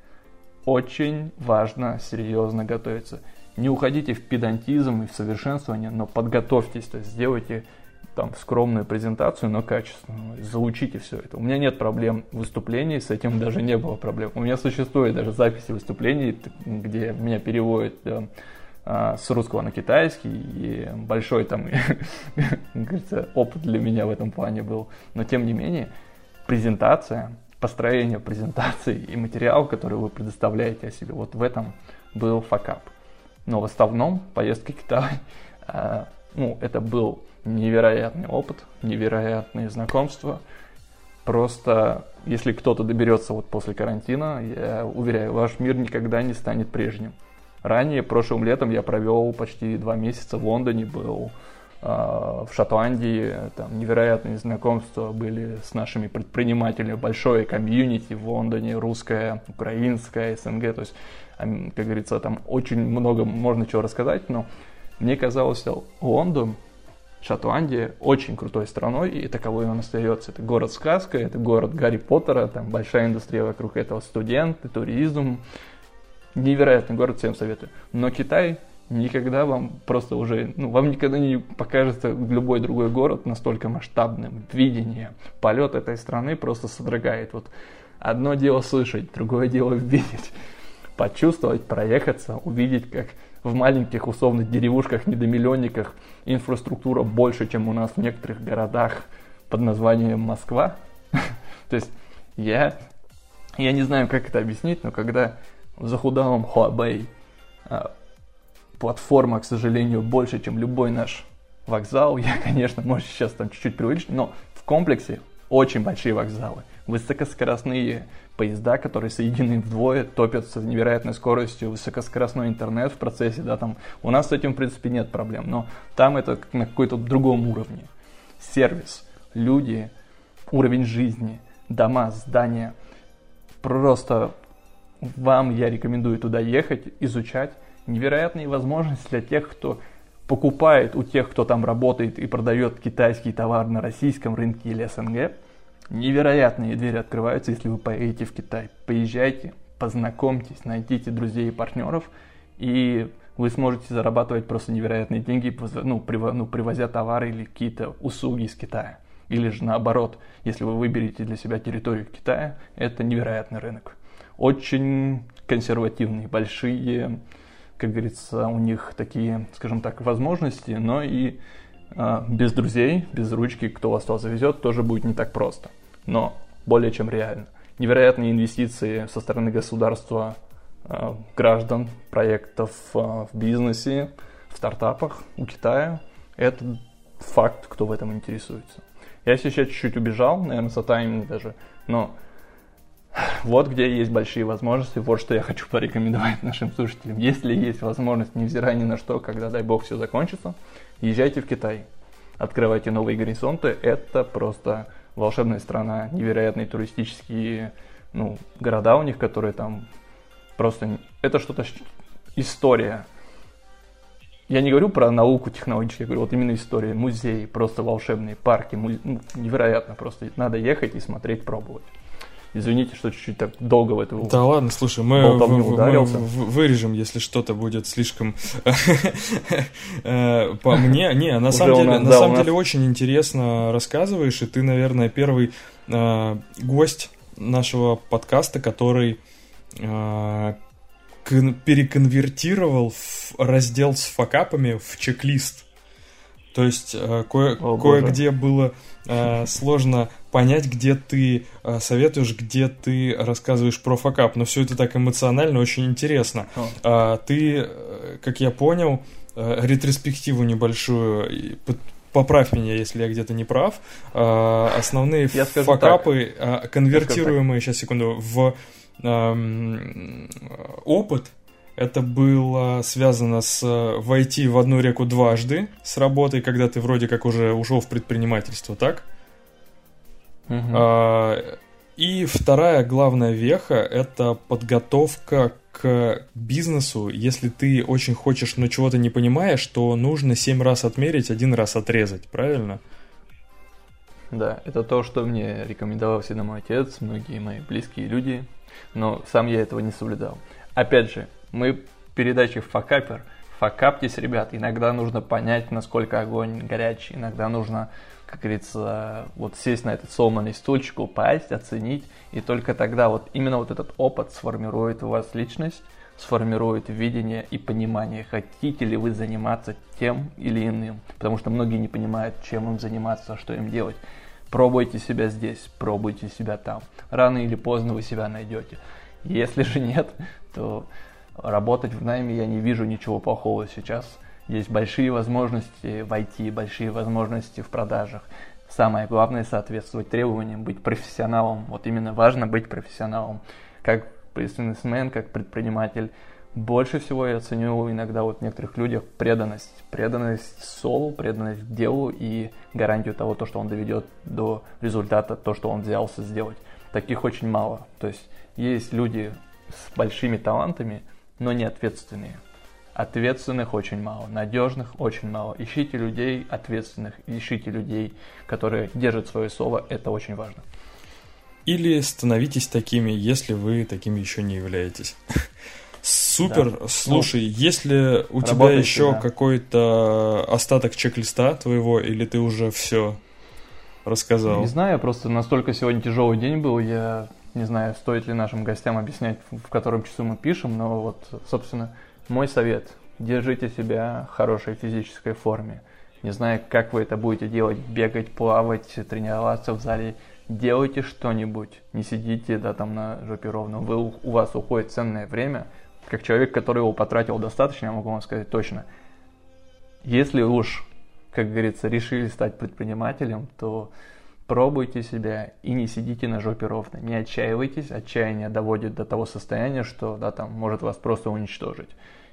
Очень важно серьезно готовиться. Не уходите в педантизм и в совершенствование, но подготовьтесь, то есть сделайте скромную презентацию, но качественную, заучите все это. У меня нет проблем выступлений, с этим даже не было проблем. У меня существует даже записи выступлений, где меня переводят с русского на китайский, и большой говорится, опыт для меня в этом плане был. Но тем не менее, презентация, построение презентации и материал, который вы предоставляете о себе. Вот в этом был факап. Но в основном поездка в Китай, это был невероятный опыт, невероятные знакомства. Просто, если кто-то доберется вот после карантина, я уверяю, ваш мир никогда не станет прежним. Ранее, прошлым летом, я провел почти 2 месяца в Лондоне, был в Шотландии, там невероятные знакомства были с нашими предпринимателями, большое комьюнити в Лондоне, русское, украинское, СНГ, то есть, как говорится, там очень много можно чего рассказать, но мне казалось, Лондон, Шотландия очень крутой страной, и таковой он остается. Это город-сказка, это город Гарри Поттера, там большая индустрия вокруг этого, студенты, туризм, невероятный город, всем советую. Но Китай никогда вам просто уже, вам никогда не покажется любой другой город настолько масштабным. Видение, полет этой страны просто содрогает. Вот одно дело слышать, другое дело видеть, почувствовать, проехаться, увидеть, как в маленьких условных деревушках, недомиллионниках инфраструктура больше, чем у нас в некоторых городах под названием Москва. То есть я не знаю, как это объяснить, но когда в захудалом Хуабэй платформа, к сожалению, больше, чем любой наш вокзал. Я, конечно, может сейчас там чуть-чуть преувеличить, но в комплексе очень большие вокзалы. Высокоскоростные поезда, которые соединены вдвое, топятся с невероятной скоростью, высокоскоростной интернет в процессе, да, там. У нас с этим, в принципе, нет проблем, но там это на какой-то другом уровне. Сервис, люди, уровень жизни, дома, здания. Просто вам я рекомендую туда ехать, изучать. Невероятные возможности для тех, кто покупает у тех, кто там работает и продает китайский товар на российском рынке или СНГ. Невероятные двери открываются, если вы поедете в Китай. Поезжайте, познакомьтесь, найдите друзей и партнеров, и вы сможете зарабатывать просто невероятные деньги, привозя товары или какие-то услуги из Китая. Или же наоборот, если вы выберете для себя территорию Китая, это невероятный рынок. Очень консервативные, большие, как говорится, у них такие, скажем так, возможности, но и без друзей, без ручки, кто вас туда завезет, тоже будет не так просто, но более чем реально. Невероятные инвестиции со стороны государства, граждан, проектов в бизнесе, в стартапах у Китая. Это факт, кто в этом интересуется. Я сейчас чуть-чуть убежал, наверное, со тайминга даже, но вот где есть большие возможности, вот что я хочу порекомендовать нашим слушателям. Если есть возможность, невзирая ни на что, когда, дай бог, все закончится, езжайте в Китай, открывайте новые горизонты. Это просто волшебная страна, невероятные туристические города у них, которые там просто... Это что-то... История. Я не говорю про науку технологическую, я говорю вот именно история, музеи, просто волшебные парки, невероятно просто. Надо ехать и смотреть, пробовать. Извините, что чуть-чуть так долго в это ударился. Да ладно, слушай, мы вырежем, если что-то будет слишком... По мне, не, на самом деле очень интересно рассказываешь, и ты, наверное, первый гость нашего подкаста, который переконвертировал в раздел с факапами в чек-лист. То есть кое-где было сложно понять, где ты советуешь, где ты рассказываешь про факап, но все это так эмоционально, очень интересно. Ты, как я понял, ретроспективу небольшую, поправь меня, если я где-то не прав, основные факапы, конвертируемые, сейчас, секунду, в опыт. Это было связано с войти в одну реку дважды с работой, когда ты вроде как уже ушел в предпринимательство, так? И вторая главная веха – это подготовка к бизнесу. Если ты очень хочешь, но чего-то не понимаешь, то нужно 7 раз отмерить, 1 раз отрезать, правильно? Да, это то, что мне рекомендовал всегда мой отец, многие мои близкие люди, но сам я этого не соблюдал. Опять же, мы в передаче «Факапер». Факаптесь, ребят. Иногда нужно понять, насколько огонь горячий. Иногда нужно, как говорится, вот сесть на этот сломанный стульчик, упасть, оценить. И только тогда вот именно вот этот опыт сформирует у вас личность, сформирует видение и понимание, хотите ли вы заниматься тем или иным. Потому что многие не понимают, чем им заниматься, что им делать. Пробуйте себя здесь, пробуйте себя там. Рано или поздно вы себя найдете. Если же нет, то работать в найме я не вижу ничего плохого сейчас. Есть большие возможности в IT, большие возможности в продажах. Самое главное — соответствовать требованиям, быть профессионалом. Вот именно важно быть профессионалом. Как бизнесмен, как предприниматель. Больше всего я ценю иногда вот в некоторых людях преданность. Преданность солу, преданность делу и гарантию того, что он доведет до результата, то, что он взялся сделать. Таких очень мало. То есть люди с большими талантами, но не ответственные. Ответственных очень мало, надежных очень мало. Ищите людей ответственных, ищите людей, которые держат свое слово, это очень важно. Или становитесь такими, если вы такими еще не являетесь. Супер. Да. Слушай, если у тебя еще какой-то остаток чек-листа твоего, или ты уже все рассказал? Не знаю, просто настолько сегодня тяжелый день был, я не знаю, стоит ли нашим гостям объяснять, в котором часу мы пишем, но вот, собственно, мой совет: держите себя в хорошей физической форме. Не знаю, как вы это будете делать, бегать, плавать, тренироваться в зале. Делайте что-нибудь, не сидите там на жопе ровно. У вас уходит ценное время. Как человек, который его потратил достаточно, я могу вам сказать точно. Если уж, как говорится, решили стать предпринимателем, то пробуйте себя и не сидите на жопе ровно. Не отчаивайтесь, отчаяние доводит до того состояния, что может вас просто уничтожить.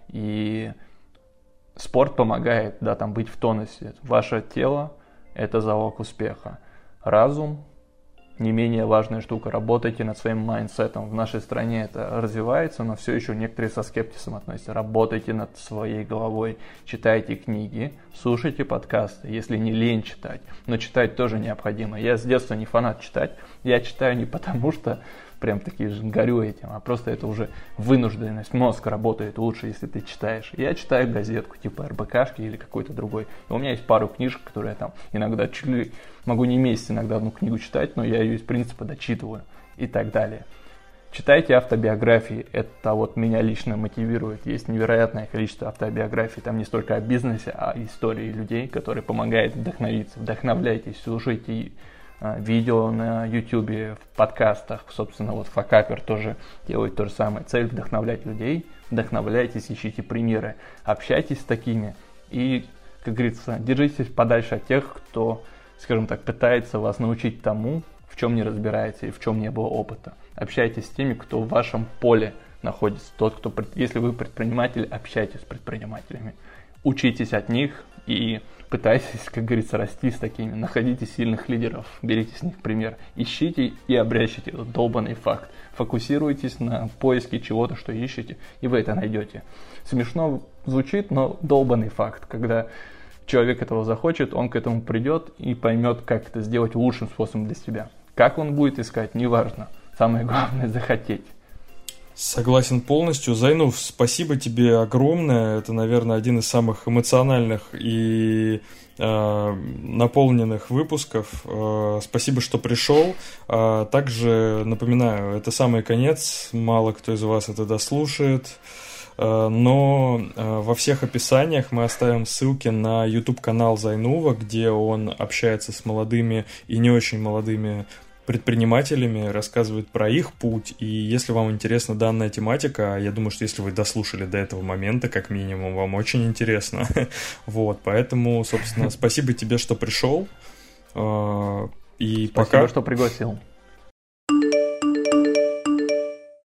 И спорт помогает быть в тонусе. Ваше тело – это залог успеха. Разум – не менее важная штука. Работайте над своим майндсетом. В нашей стране это развивается, но все еще некоторые со скептисом относятся. Работайте над своей головой, читайте книги, слушайте подкасты, если не лень читать. Но читать тоже необходимо. Я с детства не фанат читать. Я читаю не потому, что прям таки горю этим, а просто это уже вынужденность. Мозг работает лучше, если ты читаешь. Я читаю газетку типа РБКшки или какой-то другой. И у меня есть пару книжек, которые я там иногда чуть ли могу не месяц иногда одну книгу читать, но я ее из принципа дочитываю и так далее. Читайте автобиографии, это вот меня лично мотивирует. Есть невероятное количество автобиографий, там не столько о бизнесе, а истории людей, которые помогают вдохновиться. Вдохновляйтесь, слушайте видео на YouTube, в подкастах. Собственно, вот Факапер тоже делает то же самое. Цель — вдохновлять людей. Вдохновляйтесь, ищите примеры, общайтесь с такими и, как говорится, держитесь подальше от тех, кто, скажем так, пытается вас научить тому, в чем не разбираете и в чем не было опыта. Общайтесь с теми, кто в вашем поле находится. Если вы предприниматель, общайтесь с предпринимателями. Учитесь от них и пытайтесь, как говорится, расти с такими. Находите сильных лидеров, берите с них пример. Ищите и обрящите этот долбанный факт. Фокусируйтесь на поиске чего-то, что ищете, и вы это найдете. Смешно звучит, но долбанный факт. Когда человек этого захочет, он к этому придет и поймет, как это сделать лучшим способом для себя. Как он будет искать, неважно. Самое главное — захотеть. Согласен полностью. Зайнув, спасибо тебе огромное. Это, наверное, один из самых эмоциональных и наполненных выпусков. Спасибо, что пришел. Также напоминаю, это самый конец. Мало кто из вас это дослушает. Но во всех описаниях мы оставим ссылки на YouTube-канал Зайнува, где он общается с молодыми и не очень молодыми предпринимателями, рассказывает про их путь. И если вам интересна данная тематика, я думаю, что если вы дослушали до этого момента, как минимум, вам очень интересно. Вот, поэтому, собственно, спасибо тебе, что пришел. И спасибо, что пригласил.